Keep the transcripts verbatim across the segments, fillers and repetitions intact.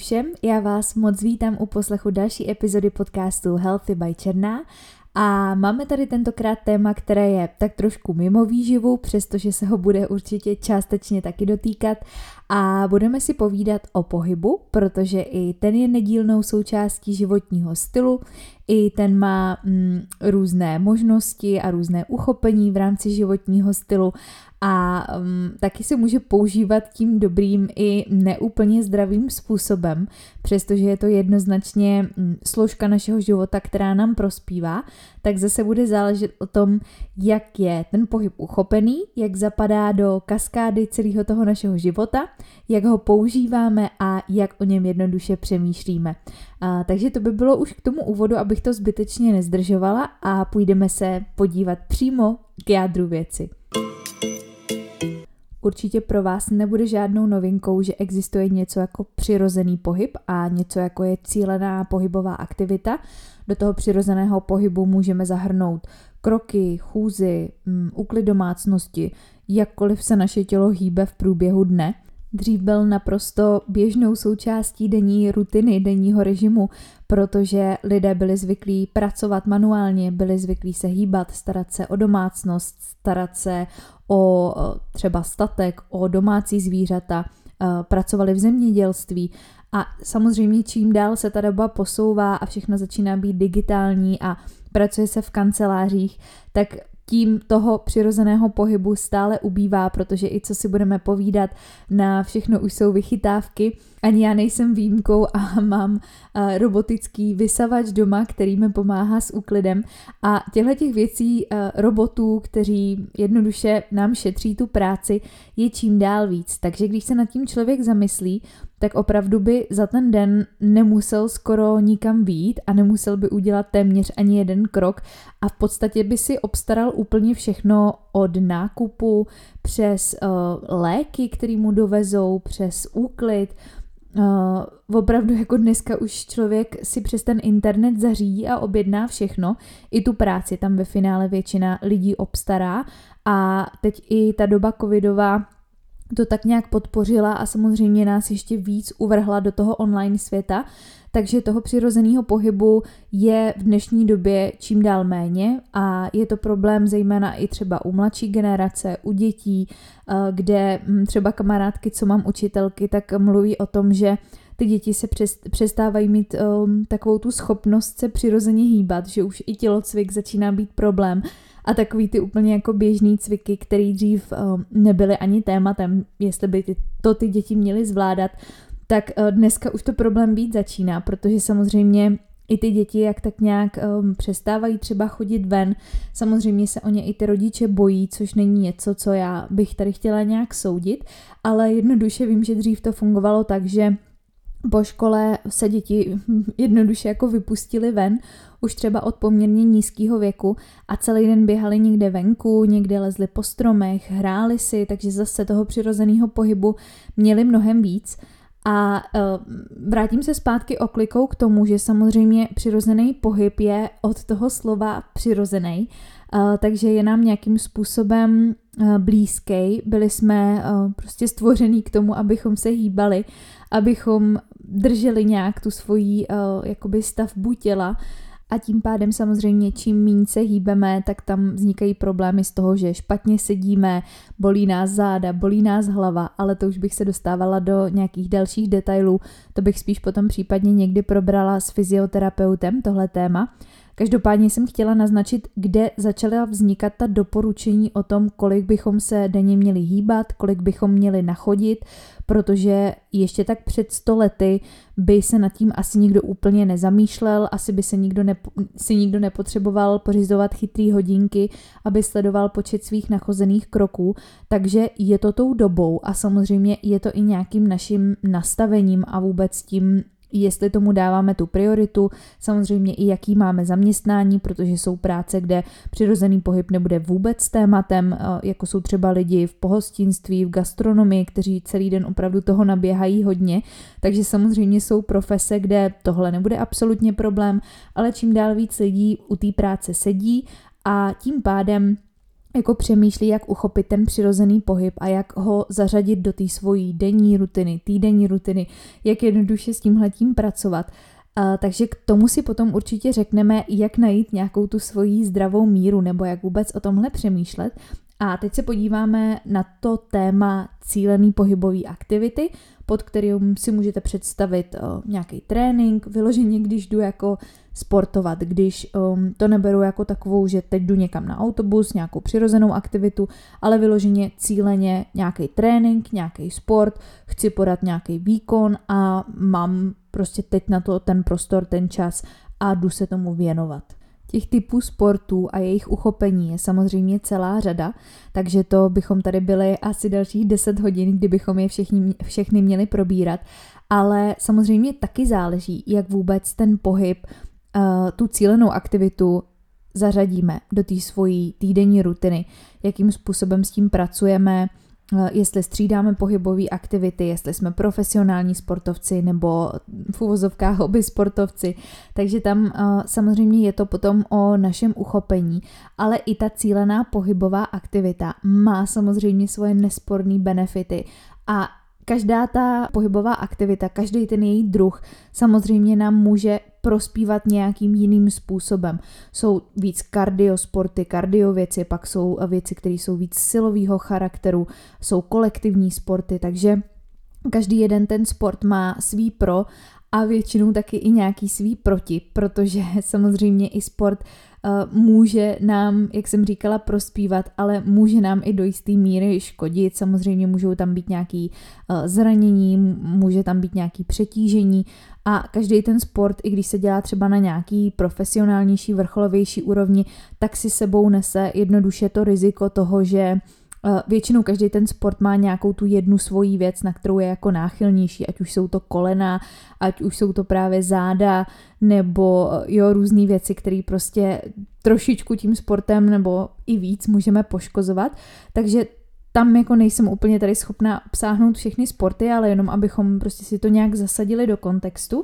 všem, já vás moc vítám u poslechu další epizody podcastu Healthy by Černá a máme tady tentokrát téma, které je tak trošku mimo výživu, přestože se ho bude určitě částečně taky dotýkat a budeme si povídat o pohybu, protože i ten je nedílnou součástí životního stylu, i ten má mm, různé možnosti a různé uchopení v rámci životního stylu a um, taky se může používat tím dobrým i neúplně zdravým způsobem, přestože je to jednoznačně um, složka našeho života, která nám prospívá, tak zase bude záležet o tom, jak je ten pohyb uchopený, jak zapadá do kaskády celého toho našeho života, jak ho používáme a jak o něm jednoduše přemýšlíme. A, takže to by bylo už k tomu úvodu, abych to zbytečně nezdržovala a půjdeme se podívat přímo k jádru věci. Určitě pro vás nebude žádnou novinkou, že existuje něco jako přirozený pohyb a něco jako je cílená pohybová aktivita. Do toho přirozeného pohybu můžeme zahrnout kroky, chůzy, úklid domácnosti, jakkoliv se naše tělo hýbe v průběhu dne. Dřív byl naprosto běžnou součástí denní rutiny, denního režimu, protože lidé byli zvyklí pracovat manuálně, byli zvyklí se hýbat, starat se o domácnost, starat se o třeba statek, o domácí zvířata, pracovali v zemědělství a samozřejmě čím dál se ta doba posouvá a všechno začíná být digitální a pracuje se v kancelářích, tak tím toho přirozeného pohybu stále ubývá, protože i co si budeme povídat, na všechno už jsou vychytávky. Ani já nejsem výjimkou a mám uh, robotický vysavač doma, který mi pomáhá s úklidem. A těchto těch věcí uh, robotů, kteří jednoduše nám šetří tu práci, je čím dál víc. Takže když se nad tím člověk zamyslí, tak opravdu by za ten den nemusel skoro nikam vyjít a nemusel by udělat téměř ani jeden krok a v podstatě by si obstaral úplně všechno od nákupu přes uh, léky, který mu dovezou, přes úklid. Uh, opravdu jako dneska už člověk si přes ten internet zařídí a objedná všechno, i tu práci tam ve finále většina lidí obstará a teď i ta doba covidová to tak nějak podpořila a samozřejmě nás ještě víc uvrhla do toho online světa, takže toho přirozeného pohybu je v dnešní době čím dál méně a je to problém zejména i třeba u mladší generace, u dětí, kde třeba kamarádky, co mám učitelky, tak mluví o tom, že ty děti se přestávají mít um, takovou tu schopnost se přirozeně hýbat, že už i tělocvik začíná být problém a takový ty úplně jako běžný cviky, který dřív um, nebyly ani tématem, jestli by ty, to ty děti měly zvládat, tak uh, dneska už to problém být začíná, protože samozřejmě i ty děti, jak tak nějak um, přestávají třeba chodit ven, samozřejmě se o ně i ty rodiče bojí, což není něco, co já bych tady chtěla nějak soudit, ale jednoduše vím, že dřív to fungovalo tak, že po škole se děti jednoduše jako vypustili ven, už třeba od poměrně nízkého věku a celý den běhali někde venku, někde lezli po stromech, hráli si, takže zase toho přirozeného pohybu měli mnohem víc. A uh, vrátím se zpátky oklikou k tomu, že samozřejmě přirozený pohyb je od toho slova přirozený, uh, takže je nám nějakým způsobem uh, blízký. Byli jsme uh, prostě stvořený k tomu, abychom se hýbali, abychom drželi nějak tu svoji uh, jakoby stavbu těla a tím pádem samozřejmě čím méně se hýbeme, tak tam vznikají problémy z toho, že špatně sedíme, bolí nás záda, bolí nás hlava, ale to už bych se dostávala do nějakých dalších detailů, to bych spíš potom případně někdy probrala s fyzioterapeutem tohle téma. Každopádně jsem chtěla naznačit, kde začala vznikat ta doporučení o tom, kolik bychom se denně měli hýbat, kolik bychom měli nachodit, protože ještě tak před sto lety by se nad tím asi nikdo úplně nezamýšlel, asi by se nikdo nepo, si nikdo nepotřeboval pořizovat chytrý hodinky, aby sledoval počet svých nachozených kroků, takže je to tou dobou a samozřejmě je to i nějakým naším nastavením a vůbec tím, jestli tomu dáváme tu prioritu, samozřejmě i jaký máme zaměstnání, protože jsou práce, kde přirozený pohyb nebude vůbec tématem, jako jsou třeba lidi v pohostinství, v gastronomii, kteří celý den opravdu toho naběhají hodně, takže samozřejmě jsou profese, kde tohle nebude absolutně problém, ale čím dál víc lidí u té práce sedí a tím pádem jako přemýšlí, jak uchopit ten přirozený pohyb a jak ho zařadit do té svojí denní rutiny, týdenní rutiny, jak jednoduše s tímhletím pracovat. Uh, takže k tomu si potom určitě řekneme, jak najít nějakou tu svoji zdravou míru nebo jak vůbec o tomhle přemýšlet. A teď se podíváme na to téma cílený pohybový aktivity, pod kterým si můžete představit uh, nějaký trénink, vyloženě když jdu jako sportovat, když um, to neberu jako takovou, že teď jdu někam na autobus, nějakou přirozenou aktivitu, ale vyloženě cíleně nějaký trénink, nějaký sport, chci podat nějaký výkon a mám prostě teď na to ten prostor, ten čas a jdu se tomu věnovat. Těch typů sportů a jejich uchopení je samozřejmě celá řada, takže to bychom tady byli asi dalších deset hodin, kdybychom je všechny, všechny měli probírat, ale samozřejmě taky záleží, jak vůbec ten pohyb, tu cílenou aktivitu zařadíme do té svojí týdenní rutiny, jakým způsobem s tím pracujeme, jestli střídáme pohybové aktivity, jestli jsme profesionální sportovci nebo v uvozovkách hobby sportovci. Takže tam uh, samozřejmě je to potom o našem uchopení, ale i ta cílená pohybová aktivita má samozřejmě svoje nesporné benefity a každá ta pohybová aktivita, každý ten její druh samozřejmě nám může prospívat nějakým jiným způsobem. Jsou víc kardiosporty, kardiověci, pak jsou věci, které jsou víc silového charakteru, jsou kolektivní sporty, takže každý jeden ten sport má svý pro a většinou taky i nějaký svý proti, protože samozřejmě i sport uh, může nám, jak jsem říkala, prospívat, ale může nám i do jisté míry škodit. Samozřejmě můžou tam být nějaký uh, zranění, může tam být nějaký přetížení a každý ten sport, i když se dělá třeba na nějaký profesionálnější, vrcholovější úrovni, tak si sebou nese jednoduše to riziko toho, že většinou každý ten sport má nějakou tu jednu svoji věc, na kterou je jako náchylnější, ať už jsou to kolena, ať už jsou to právě záda, nebo jo, různé věci, které prostě trošičku tím sportem nebo i víc můžeme poškozovat. Takže tam jako nejsem úplně tady schopná obsáhnout všechny sporty, ale jenom abychom prostě si to nějak zasadili do kontextu.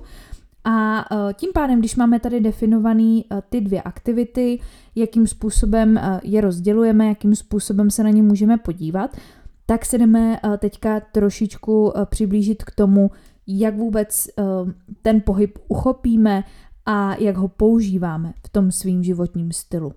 A tím pádem, když máme tady definované ty dvě aktivity, jakým způsobem je rozdělujeme, jakým způsobem se na ně můžeme podívat, tak se jdeme teďka trošičku přiblížit k tomu, jak vůbec ten pohyb uchopíme a jak ho používáme v tom svým životním stylu.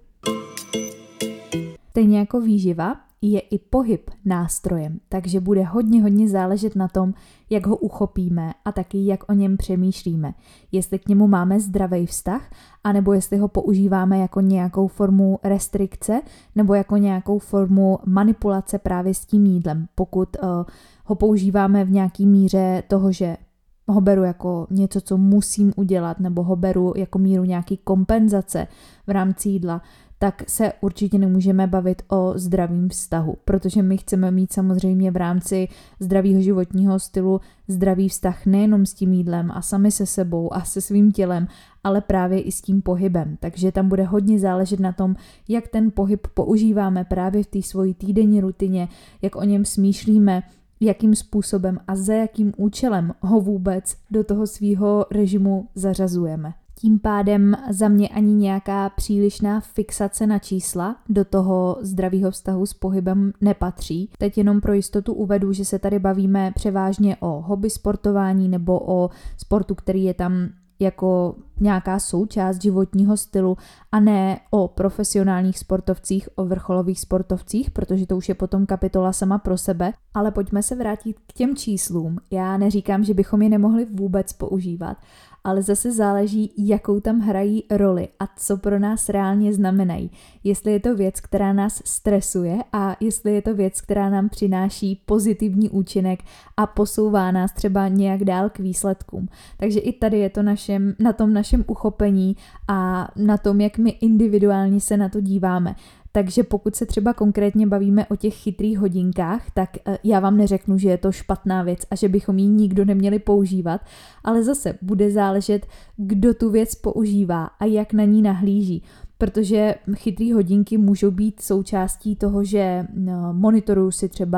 Stejně jako výživa je i pohyb nástrojem, takže bude hodně, hodně záležet na tom, jak ho uchopíme a taky jak o něm přemýšlíme. Jestli k němu máme zdravý vztah, anebo jestli ho používáme jako nějakou formu restrikce nebo jako nějakou formu manipulace právě s tím jídlem. Pokud uh, ho používáme v nějaký míře toho, že ho beru jako něco, co musím udělat, nebo ho beru jako míru nějaký kompenzace v rámci jídla, tak se určitě nemůžeme bavit o zdravém vztahu, protože my chceme mít samozřejmě v rámci zdravého životního stylu zdravý vztah nejenom s tím jídlem a sami se sebou a se svým tělem, ale právě i s tím pohybem. Takže tam bude hodně záležet na tom, jak ten pohyb používáme právě v té svojí týdenní rutině, jak o něm smýšlíme, jakým způsobem a za jakým účelem ho vůbec do toho svýho režimu zařazujeme. Tím pádem za mě ani nějaká přílišná fixace na čísla do toho zdravého vztahu s pohybem nepatří. Teď jenom pro jistotu uvedu, že se tady bavíme převážně o hobby sportování nebo o sportu, který je tam jako nějaká součást životního stylu a ne o profesionálních sportovcích, o vrcholových sportovcích, protože to už je potom kapitola sama pro sebe, ale pojďme se vrátit k těm číslům. Já neříkám, že bychom je nemohli vůbec používat, ale zase záleží, jakou tam hrají roli a co pro nás reálně znamenají. Jestli je to věc, která nás stresuje a jestli je to věc, která nám přináší pozitivní účinek a posouvá nás třeba nějak dál k výsledkům. Takže i tady je to našem, na tom našem uchopení a na tom, jak my individuálně se na to díváme. Takže pokud se třeba konkrétně bavíme o těch chytrých hodinkách, tak já vám neřeknu, že je to špatná věc a že bychom ji nikdo neměli používat, ale zase bude záležet, kdo tu věc používá a jak na ní nahlíží. Protože chytrý hodinky můžou být součástí toho, že monitoruju si třeba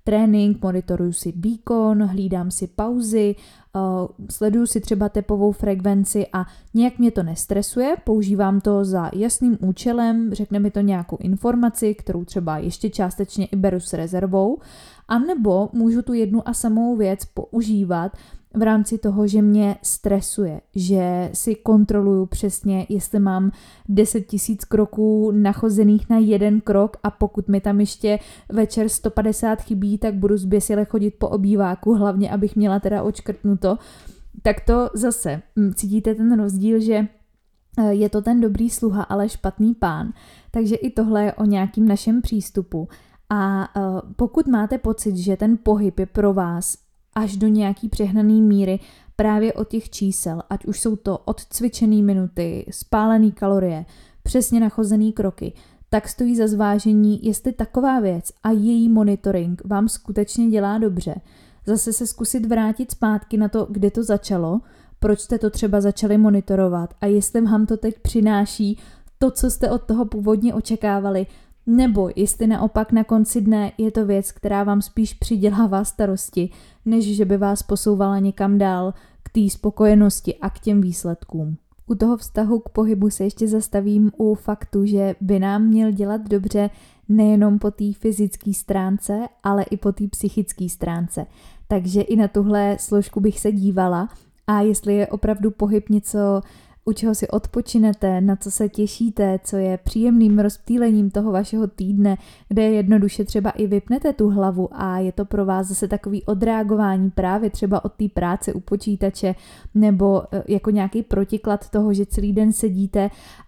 trénink, monitoruju si výkon, hlídám si pauzy, sleduju si třeba tepovou frekvenci a nějak mě to nestresuje, používám to za jasným účelem, řekne mi to nějakou informaci, kterou třeba ještě částečně i beru s rezervou, anebo můžu tu jednu a samou věc používat v rámci toho, že mě stresuje, že si kontroluju přesně, jestli mám deset tisíc kroků nachozených na jeden krok a pokud mi tam ještě večer sto padesát chybí, tak budu zběsile chodit po obýváku, hlavně abych měla teda odškrtnuto. Tak to zase cítíte ten rozdíl, že je to ten dobrý sluha, ale špatný pán. Takže i tohle je o nějakým našem přístupu. A pokud máte pocit, že ten pohyb je pro vás až do nějaký přehnaný míry právě od těch čísel, ať už jsou to odcvičený minuty, spálený kalorie, přesně nachozený kroky, tak stojí za zvážení, jestli taková věc a její monitoring vám skutečně dělá dobře. Zase se zkusit vrátit zpátky na to, kde to začalo, proč jste to třeba začali monitorovat a jestli vám to teď přináší to, co jste od toho původně očekávali, nebo jestli naopak na konci dne je to věc, která vám spíš přidělává starosti, než že by vás posouvala někam dál k té spokojenosti a k těm výsledkům. U toho vztahu k pohybu se ještě zastavím u faktu, že by nám měl dělat dobře nejenom po té fyzické stránce, ale i po té psychické stránce. Takže i na tuhle složku bych se dívala a jestli je opravdu pohyb něco, u čeho si odpočinete, na co se těšíte, co je příjemným rozptýlením toho vašeho týdne, kde jednoduše třeba i vypnete tu hlavu a je to pro vás zase takový odreagování právě třeba od té práce u počítače nebo jako nějaký protiklad toho, že celý den sedíte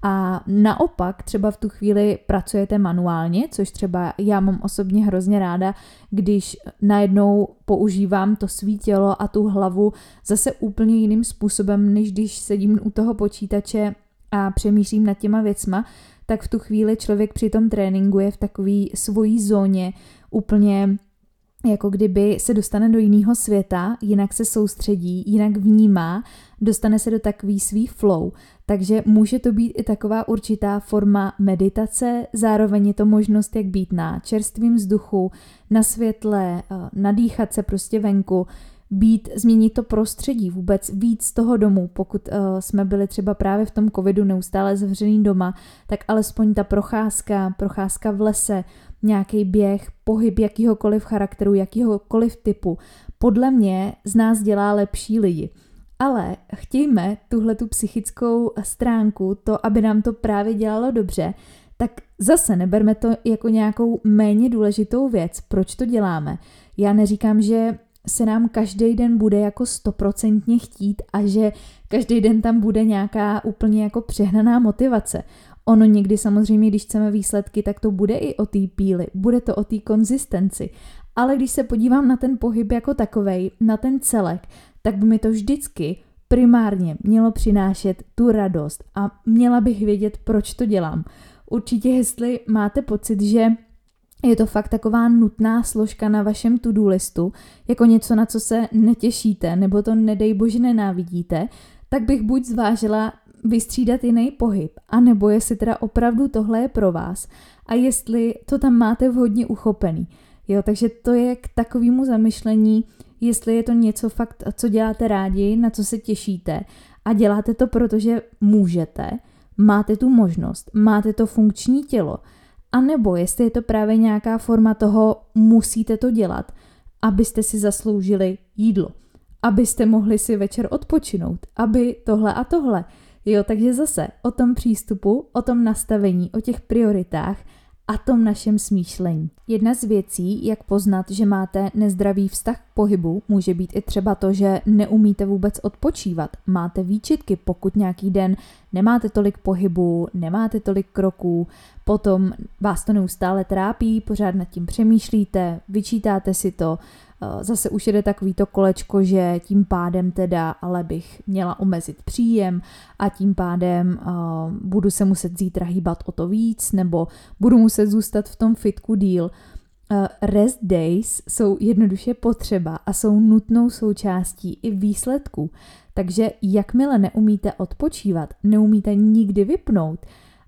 a naopak třeba v tu chvíli pracujete manuálně, což třeba já mám osobně hrozně ráda, když najednou používám to svý tělo a tu hlavu zase úplně jiným způsobem, než když sedím u toho počítače a přemýšlím nad těma věcma, tak v tu chvíli člověk při tom tréninku je v takové svojí zóně úplně jako kdyby se dostane do jiného světa, jinak se soustředí, jinak vnímá, dostane se do takový svý flow. Takže může to být i taková určitá forma meditace, zároveň je to možnost, jak být na čerstvém vzduchu, na světle, nadýchat se prostě venku, být, změnit to prostředí, vůbec víc z toho domu, pokud uh, jsme byli třeba právě v tom covidu neustále zavřený doma, tak alespoň ta procházka, procházka v lese, nějaký běh, pohyb jakýhokoliv charakteru, jakýhokoliv typu, podle mě z nás dělá lepší lidi. Ale chtějme tuhle tu psychickou stránku, to, aby nám to právě dělalo dobře, tak zase neberme to jako nějakou méně důležitou věc. Proč to děláme? Já neříkám, že se nám každý den bude jako stoprocentně chtít a že každý den tam bude nějaká úplně jako přehnaná motivace. Ono někdy samozřejmě, když chceme výsledky, tak to bude i o té píli, bude to o té konzistenci. Ale když se podívám na ten pohyb jako takovej, na ten celek, tak by mi to vždycky primárně mělo přinášet tu radost a měla bych vědět, proč to dělám. Určitě, jestli máte pocit, že je to fakt taková nutná složka na vašem to-do listu, jako něco, na co se netěšíte, nebo to nedej bože nenávidíte, tak bych buď zvážila vystřídat jiný pohyb, anebo jestli teda opravdu tohle je pro vás a jestli to tam máte vhodně uchopený. Jo, takže to je k takovému zamyšlení, jestli je to něco fakt, co děláte rádi, na co se těšíte a děláte to, protože můžete, máte tu možnost, máte to funkční tělo, a nebo jestli je to právě nějaká forma toho, musíte to dělat, abyste si zasloužili jídlo, abyste mohli si večer odpočinout, aby tohle a tohle. Jo, takže zase o tom přístupu, o tom nastavení, o těch prioritách a tom našem smýšlení. Jedna z věcí, jak poznat, že máte nezdravý vztah k pohybu, může být i třeba to, že neumíte vůbec odpočívat. Máte výčitky, pokud nějaký den nemáte tolik pohybu, nemáte tolik kroků, potom vás to neustále trápí, pořád nad tím přemýšlíte, vyčítáte si to, zase už jede takový to kolečko, že tím pádem teda ale bych měla omezit příjem a tím pádem uh, budu se muset zítra hýbat o to víc nebo budu muset zůstat v tom fitku díl. Uh, rest days jsou jednoduše potřeba a jsou nutnou součástí i výsledků. Takže jakmile neumíte odpočívat, neumíte nikdy vypnout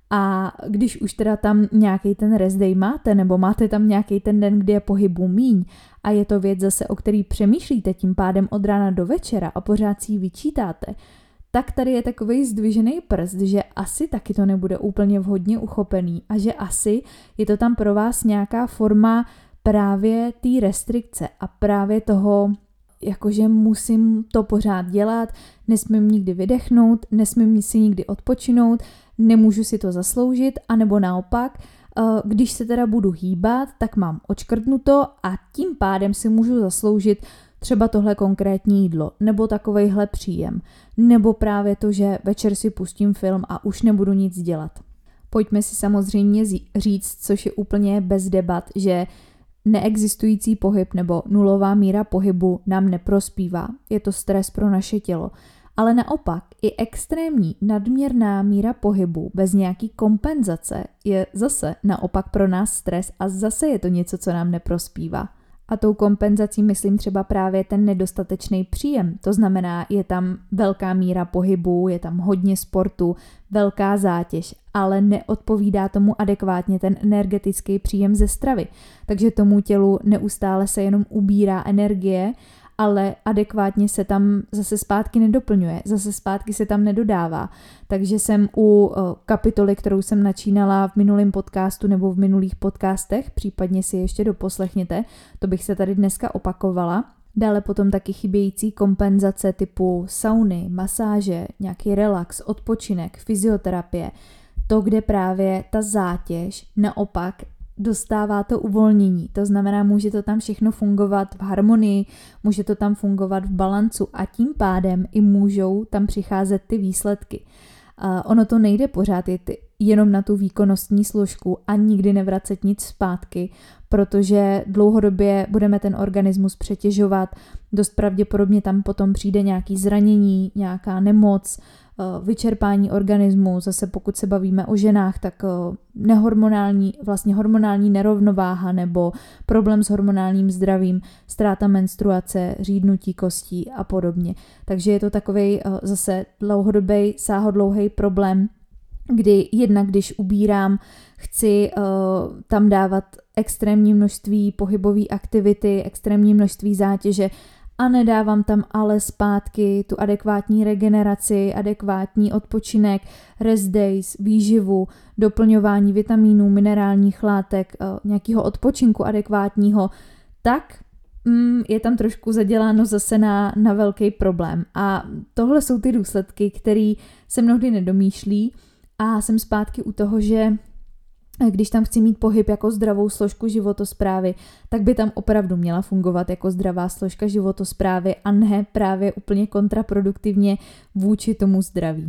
A když už teda tam nějaký ten rest day máte, nebo máte tam nějaký ten den, kdy je pohybu míň a je to věc zase, o který přemýšlíte tím pádem od rána do večera a pořád si ji vyčítáte, tak tady je takovej zdvižený prst, že asi taky to nebude úplně vhodně uchopený a že asi je to tam pro vás nějaká forma právě té restrikce a právě toho, jakože musím to pořád dělat, nesmím nikdy vydechnout, nesmím si nikdy odpočinout, nemůžu si to zasloužit, anebo naopak, když se teda budu hýbat, tak mám odškrtnuto a tím pádem si můžu zasloužit třeba tohle konkrétní jídlo, nebo takovejhle příjem, nebo právě to, že večer si pustím film a už nebudu nic dělat. Pojďme si samozřejmě říct, což je úplně bez debat, že neexistující pohyb nebo nulová míra pohybu nám neprospívá. Je to stres pro naše tělo. Ale naopak i extrémní nadměrná míra pohybu bez nějaký kompenzace je zase naopak pro nás stres a zase je to něco, co nám neprospívá. A tou kompenzací myslím třeba právě ten nedostatečný příjem. To znamená, je tam velká míra pohybu, je tam hodně sportu, velká zátěž, ale neodpovídá tomu adekvátně ten energetický příjem ze stravy. Takže tomu tělu neustále se jenom ubírá energie, ale adekvátně se tam zase zpátky nedoplňuje, zase zpátky se tam nedodává. Takže jsem u kapitoly, kterou jsem načínala v minulém podcastu nebo v minulých podcastech, případně si ještě doposlechněte, to bych se tady dneska opakovala. Dále potom taky chybějící kompenzace typu sauny, masáže, nějaký relax, odpočinek, fyzioterapie. To, kde právě ta zátěž naopak dostává to uvolnění. To znamená, může to tam všechno fungovat v harmonii, může to tam fungovat v balancu a tím pádem i můžou tam přicházet ty výsledky. Uh, ono to nejde pořád jít jenom na tu výkonnostní složku a nikdy nevracet nic zpátky, protože dlouhodobě budeme ten organismus přetěžovat, dost pravděpodobně tam potom přijde nějaký zranění, nějaká nemoc, vyčerpání organismu, zase pokud se bavíme o ženách, tak nehormonální, vlastně hormonální nerovnováha nebo problém s hormonálním zdravím, ztráta menstruace, řídnutí kostí a podobně. Takže je to takovej zase dlouhodobý, sáhodlouhý problém, kdy jednak když ubírám, chci uh, tam dávat extrémní množství pohybové aktivity, extrémní množství zátěže, a nedávám tam ale zpátky tu adekvátní regeneraci, adekvátní odpočinek, rest days, výživu, doplňování vitamínů, minerálních látek, nějakého odpočinku adekvátního, tak mm, je tam trošku zaděláno zase na, na velký problém. A tohle jsou ty důsledky, které se mnohdy nedomýšlí a jsem zpátky u toho, že když tam chci mít pohyb jako zdravou složku životosprávy, tak by tam opravdu měla fungovat jako zdravá složka životosprávy a ne právě úplně kontraproduktivně vůči tomu zdraví.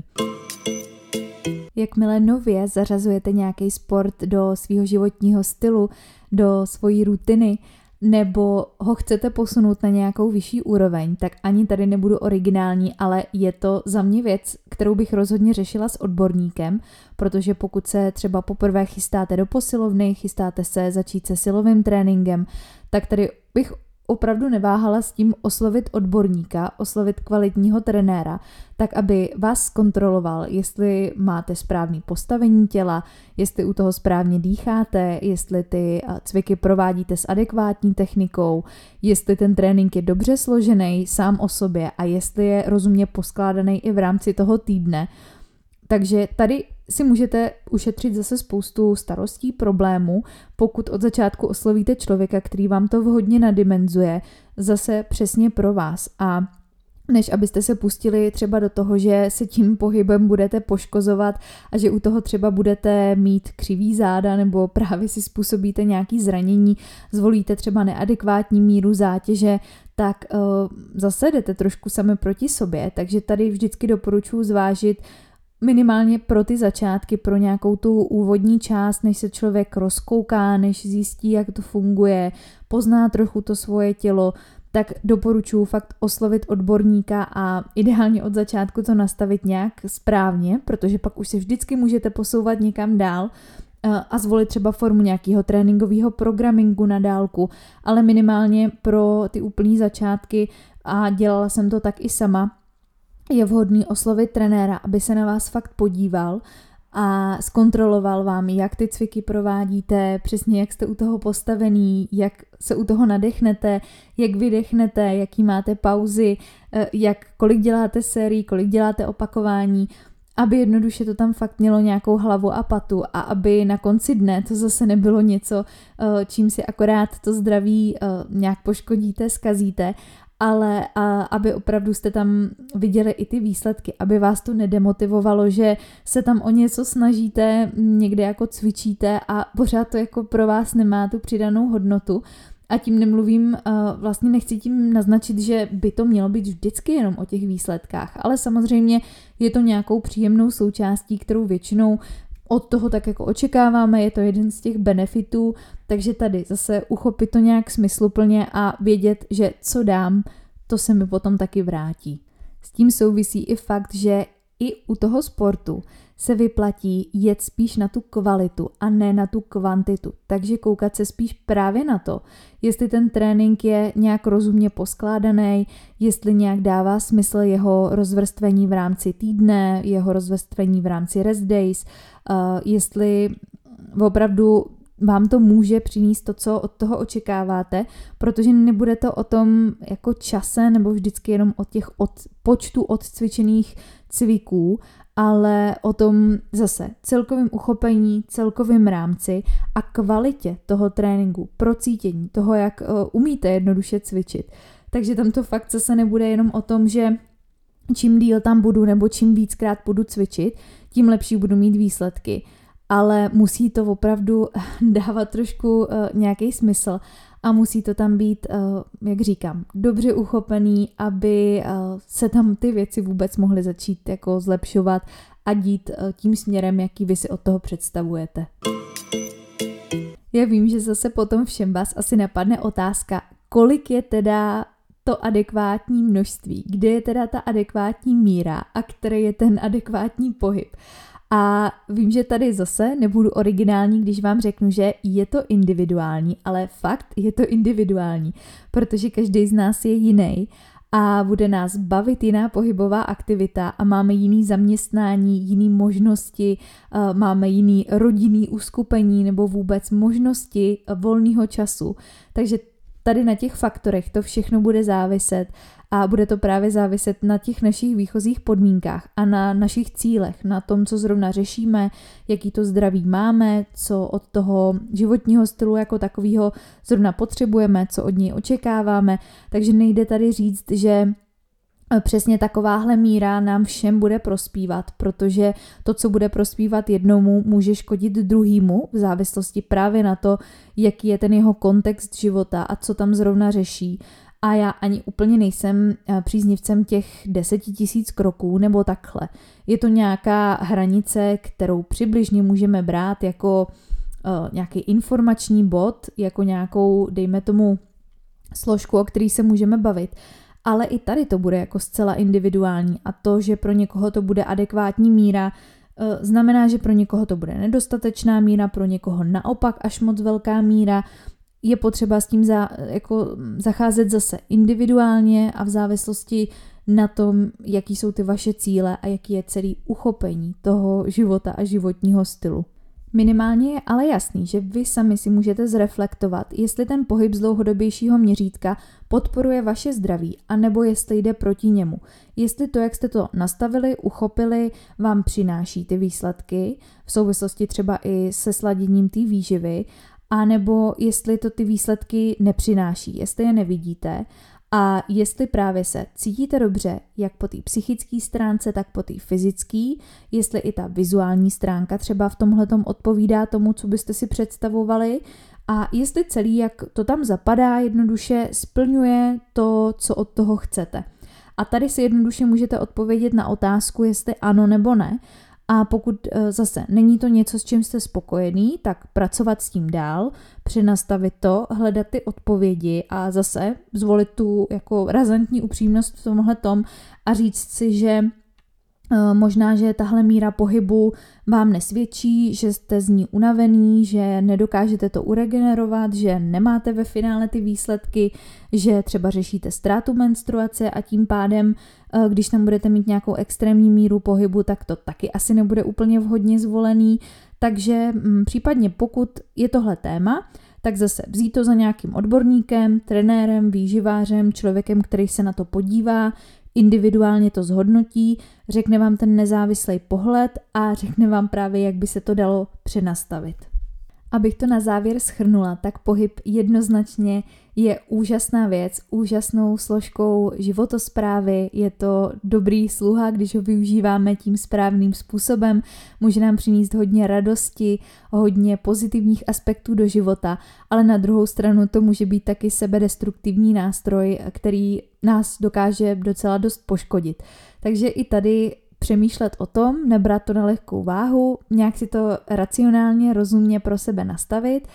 Jakmile nově zařazujete nějaký sport do svého životního stylu, do svojí rutiny, nebo ho chcete posunout na nějakou vyšší úroveň, tak ani tady nebudu originální, ale je to za mě věc, kterou bych rozhodně řešila s odborníkem, protože pokud se třeba poprvé chystáte do posilovny, chystáte se začít se silovým tréninkem, tak tady bych opravdu neváhala s tím oslovit odborníka, oslovit kvalitního trenéra, tak aby vás zkontroloval, jestli máte správný postavení těla, jestli u toho správně dýcháte, jestli ty cviky provádíte s adekvátní technikou, jestli ten trénink je dobře složený sám o sobě a jestli je rozumně poskládaný i v rámci toho týdne. Takže tady si můžete ušetřit zase spoustu starostí, problémů, pokud od začátku oslovíte člověka, který vám to vhodně nadimenzuje, zase přesně pro vás. A než abyste se pustili třeba do toho, že se tím pohybem budete poškozovat a že u toho třeba budete mít křivý záda nebo právě si způsobíte nějaký zranění, zvolíte třeba neadekvátní míru zátěže, tak uh, zase jdete trošku sami proti sobě. Takže tady vždycky doporučuji zvážit minimálně pro ty začátky, pro nějakou tu úvodní část, než se člověk rozkouká, než zjistí, jak to funguje, pozná trochu to svoje tělo, tak doporučuji fakt oslovit odborníka a ideálně od začátku to nastavit nějak správně, protože pak už se vždycky můžete posouvat někam dál a zvolit třeba formu nějakého tréninkového programingu na dálku, ale minimálně pro ty úplný začátky, a dělala jsem to tak i sama, je vhodný oslovit trenéra, aby se na vás fakt podíval a zkontroloval vám, jak ty cviky provádíte, přesně jak jste u toho postavený, jak se u toho nadechnete, jak vydechnete, jaký máte pauzy, jak, kolik děláte sérií, kolik děláte opakování, aby jednoduše to tam fakt mělo nějakou hlavu a patu a aby na konci dne to zase nebylo něco, čím si akorát to zdraví nějak poškodíte, zkazíte, ale a, aby opravdu jste tam viděli i ty výsledky, aby vás to nedemotivovalo, že se tam o něco snažíte, někde jako cvičíte a pořád to jako pro vás nemá tu přidanou hodnotu. A tím nemluvím, vlastně nechci tím naznačit, že by to mělo být vždycky jenom o těch výsledkách, ale samozřejmě je to nějakou příjemnou součástí, kterou většinou od toho tak jako očekáváme, je to jeden z těch benefitů, takže tady zase uchopit to nějak smysluplně a vědět, že co dám, to se mi potom taky vrátí. S tím souvisí i fakt, že i u toho sportu se vyplatí jet spíš na tu kvalitu a ne na tu kvantitu. Takže koukat se spíš právě na to, jestli ten trénink je nějak rozumně poskládaný, jestli nějak dává smysl jeho rozvrstvení v rámci týdne, jeho rozvrstvení v rámci rest days, uh, jestli opravdu vám to může přinést to, co od toho očekáváte, protože nebude to o tom jako čase nebo vždycky jenom o těch od, počtu odcvičených cviků, ale o tom zase celkovém uchopení, celkovém rámci a kvalitě toho tréninku, procítění, toho, jak uh, umíte jednoduše cvičit. Takže tam to fakt zase nebude jenom o tom, že čím díl tam budu nebo čím víckrát budu cvičit, tím lepší budu mít výsledky. Ale musí to opravdu dávat trošku uh, nějaký smysl a musí to tam být, uh, jak říkám, dobře uchopený, aby uh, se tam ty věci vůbec mohly začít jako zlepšovat a dít uh, tím směrem, jaký vy si od toho představujete. Já vím, že zase potom všem vás asi napadne otázka, kolik je teda to adekvátní množství, kde je teda ta adekvátní míra a který je ten adekvátní pohyb. A vím, že tady zase nebudu originální, když vám řeknu, že je to individuální, ale fakt je to individuální, protože každý z nás je jiný a bude nás bavit jiná pohybová aktivita a máme jiný zaměstnání, jiný možnosti, máme jiný rodinný uskupení nebo vůbec možnosti volného času. Takže tady na těch faktorech to všechno bude záviset a bude to právě záviset na těch našich výchozích podmínkách a na našich cílech, na tom, co zrovna řešíme, jaký to zdraví máme, co od toho životního stylu jako takového zrovna potřebujeme, co od něj očekáváme. Takže nejde tady říct, že přesně takováhle míra nám všem bude prospívat, protože to, co bude prospívat jednomu, může škodit druhému v závislosti právě na to, jaký je ten jeho kontext života a co tam zrovna řeší. A já ani úplně nejsem příznivcem těch deseti tisíc kroků nebo takhle. Je to nějaká hranice, kterou přibližně můžeme brát jako uh, nějaký informační bod, jako nějakou, dejme tomu, složku, o který se můžeme bavit. Ale i tady to bude jako zcela individuální a to, že pro někoho to bude adekvátní míra, znamená, že pro někoho to bude nedostatečná míra, pro někoho naopak až moc velká míra. Je potřeba s tím za, jako zacházet zase individuálně a v závislosti na tom, jaký jsou ty vaše cíle a jaký je celý uchopení toho života a životního stylu. Minimálně je ale jasný, že vy sami si můžete zreflektovat, jestli ten pohyb z dlouhodobějšího měřítka podporuje vaše zdraví, anebo jestli jde proti němu. Jestli to, jak jste to nastavili, uchopili, vám přináší ty výsledky, v souvislosti třeba i se sladěním té výživy, anebo jestli to ty výsledky nepřináší, jestli je nevidíte a jestli právě se cítíte dobře, jak po té psychické stránce, tak po té fyzické, jestli i ta vizuální stránka třeba v tomhletom odpovídá tomu, co byste si představovali a jestli celý, jak to tam zapadá, jednoduše splňuje to, co od toho chcete. A tady si jednoduše můžete odpovědět na otázku, jestli ano nebo ne. A pokud zase není to něco, s čím jste spokojený, tak pracovat s tím dál, přenastavit to, hledat ty odpovědi a zase zvolit tu jako razantní upřímnost v tomhle tom a říct si, že Možná, že tahle míra pohybu vám nesvědčí, že jste z ní unavený, že nedokážete to uregenerovat, že nemáte ve finále ty výsledky, že třeba řešíte ztrátu menstruace a tím pádem, když tam budete mít nějakou extrémní míru pohybu, tak to taky asi nebude úplně vhodně zvolený. Takže případně pokud je tohle téma, tak zase vzít to za nějakým odborníkem, trenérem, výživářem, člověkem, který se na to podívá, individuálně to zhodnotí, řekne vám ten nezávislý pohled a řekne vám právě, jak by se to dalo přenastavit. Abych to na závěr shrnula, tak pohyb jednoznačně je úžasná věc, úžasnou složkou životosprávy, je to dobrý sluha, když ho využíváme tím správným způsobem, může nám přinést hodně radosti, hodně pozitivních aspektů do života, ale na druhou stranu to může být taky sebedestruktivní nástroj, který nás dokáže docela dost poškodit. Takže i tady přemýšlet o tom, nebrat to na lehkou váhu, nějak si to racionálně, rozumně pro sebe nastavit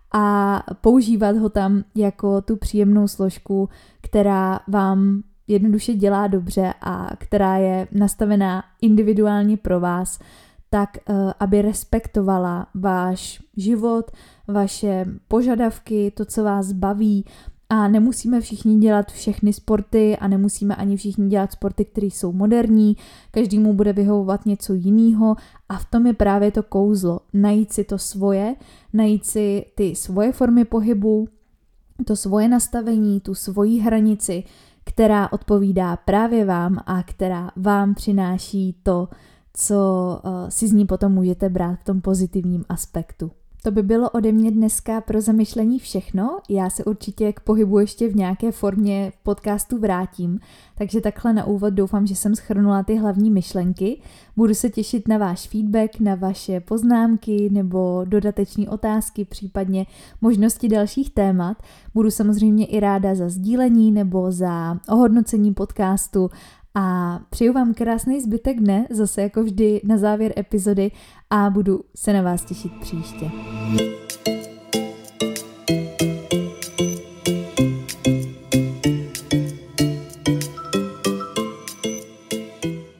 a používat ho tam jako tu příjemnou složku, která vám jednoduše dělá dobře a která je nastavená individuálně pro vás, tak aby respektovala váš život, vaše požadavky, to, co vás baví. A nemusíme všichni dělat všechny sporty a nemusíme ani všichni dělat sporty, které jsou moderní, každému bude vyhovovat něco jiného a v tom je právě to kouzlo, najít si to svoje, najít si ty svoje formy pohybu, to svoje nastavení, tu svoji hranici, která odpovídá právě vám a která vám přináší to, co si z ní potom můžete brát v tom pozitivním aspektu. To by bylo ode mě dneska pro zamyšlení všechno. Já se určitě k pohybu ještě v nějaké formě v podcastu vrátím, takže takhle na úvod doufám, že jsem shrnula ty hlavní myšlenky. Budu se těšit na váš feedback, na vaše poznámky nebo dodateční otázky, případně možnosti dalších témat. Budu samozřejmě i ráda za sdílení nebo za ohodnocení podcastu. A přeju vám krásný zbytek dne, zase jako vždy na závěr epizody a budu se na vás těšit příště.